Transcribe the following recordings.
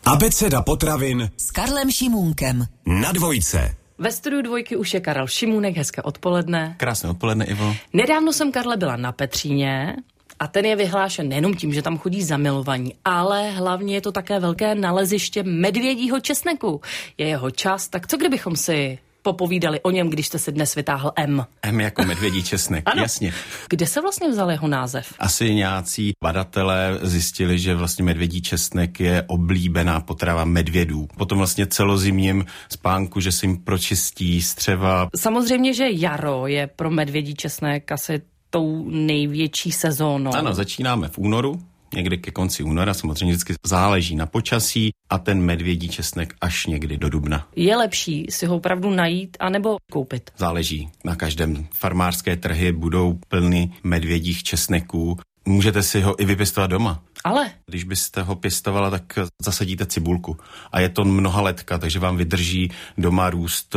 Abeceda potravin s Karlem Šimůnkem. Na Dvojce. Ve studiu Dvojky už je Karel Šimůnek, hezké odpoledne. Krásné odpoledne, Ivo. Nedávno jsem, Karle, byla na Petříně a ten je vyhlášen nejenom tím, že tam chodí zamilovaní, ale hlavně je to také velké naleziště medvědího česneku. Je jeho čas, tak co kdybychom si popovídali o něm, když jste si dnes vytáhl M? M jako medvědí česnek, ano. Jasně. Kde se vlastně vzal jeho název? Asi nějací badatelé zjistili, že vlastně medvědí česnek je oblíbená potrava medvědů. Potom vlastně celozimním spánku, že se jim pročistí střeva. Samozřejmě, že jaro je pro medvědí česnek asi tou největší sezónou. Ano, začínáme v únoru. Někdy ke konci února, samozřejmě vždycky záleží na počasí a ten medvědí česnek až někdy do dubna. Je lepší si ho opravdu najít anebo koupit? Záleží. Na každém farmářské trhy budou plny medvědích česneků. Můžete si ho i vypěstovat doma. Ale Když byste ho pěstovala, tak zasadíte cibulku. A je to mnohaletka, takže vám vydrží doma růst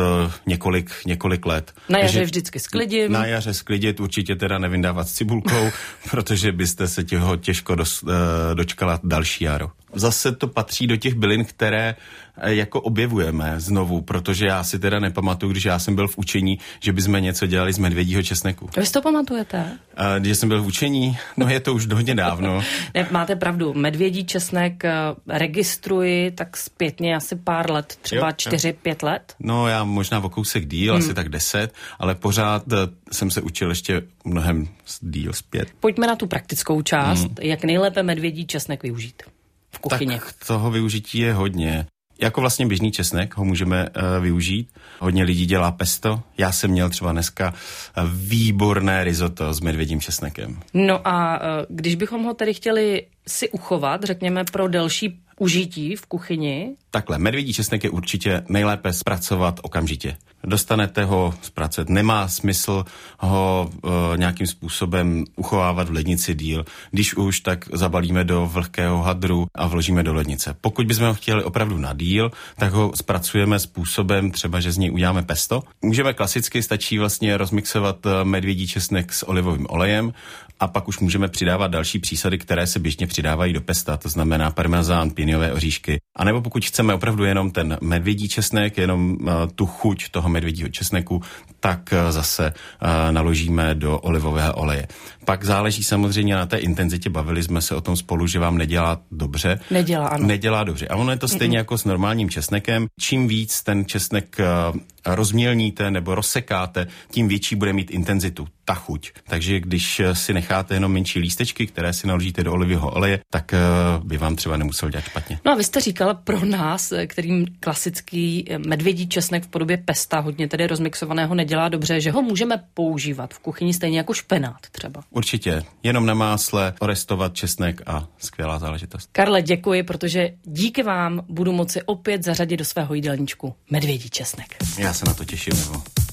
několik let. na jaře Takže vždycky sklidím. Na jaře sklidit, určitě teda nevyndávat s cibulkou, protože byste se těho těžko dočkala další jaro. Zase to patří do těch bylin, které jako objevujeme znovu, protože já si teda nepamatuju, když já jsem byl v učení, že bychom něco dělali z medvědího česneku. Vy si to pamatujete? Když jsem byl v učení, no je to už hodně dávno. Ne, máte pravdu, medvědí česnek registruji tak zpětně asi pár let, třeba 4-5 let. No já možná o kousek díl, asi tak 10, ale pořád jsem se učil ještě mnohem díl zpět. Pojďme na tu praktickou část, jak nejlépe medvědí česnek využít v kuchyni. Tak toho využití je hodně. Jako vlastně běžný česnek ho můžeme využít. Hodně lidí dělá pesto. Já jsem měl třeba dneska výborné risotto s medvědím česnekem. No a když bychom ho tedy chtěli si uchovat, řekněme pro delší užití v kuchyni. Takhle, medvědí česnek je určitě nejlépe zpracovat okamžitě. Dostanete ho zpracovat. Nemá smysl ho nějakým způsobem uchovávat v lednici díl. Když už, tak zabalíme do vlhkého hadru a vložíme do lednice. Pokud bychom ho chtěli opravdu na díl, tak ho zpracujeme způsobem, třeba, že z něj uděláme pesto. Můžeme klasicky, stačí vlastně rozmixovat medvědí česnek s olivovým olejem a pak už můžeme přidávat další přísady, které se běžně přidávají do pesta, to znamená parmezán, piniové oříšky. A nebo pokud chceme opravdu jenom ten medvědí česnek, jenom tu chuť toho medvědího česneku, tak zase naložíme do olivového oleje. Pak záleží samozřejmě na té intenzitě, bavili jsme se o tom spolu, že vám nedělá dobře. Nedělá dobře. A ono je to stejně jako s normálním česnekem. Čím víc ten česnek rozmělníte nebo rozsekáte, tím větší bude mít intenzitu, ta chuť. Takže když si necháte jenom menší lístečky, které si naložíte do olivového oleje, tak by vám třeba nemusel dělat špatně. No a vy jste říkala pro nás, kterým klasický medvědí česnek v podobě pesta, hodně tedy rozmixovaného, nedělá dobře, že ho můžeme používat v kuchyni stejně jako špenát třeba. Určitě. Jenom na másle orestovat česnek a skvělá záležitost. Karle, děkuji, protože díky vám budu moci opět zařadit do svého jídelníčku medvědí česnek. Já se na to těším, Ivo.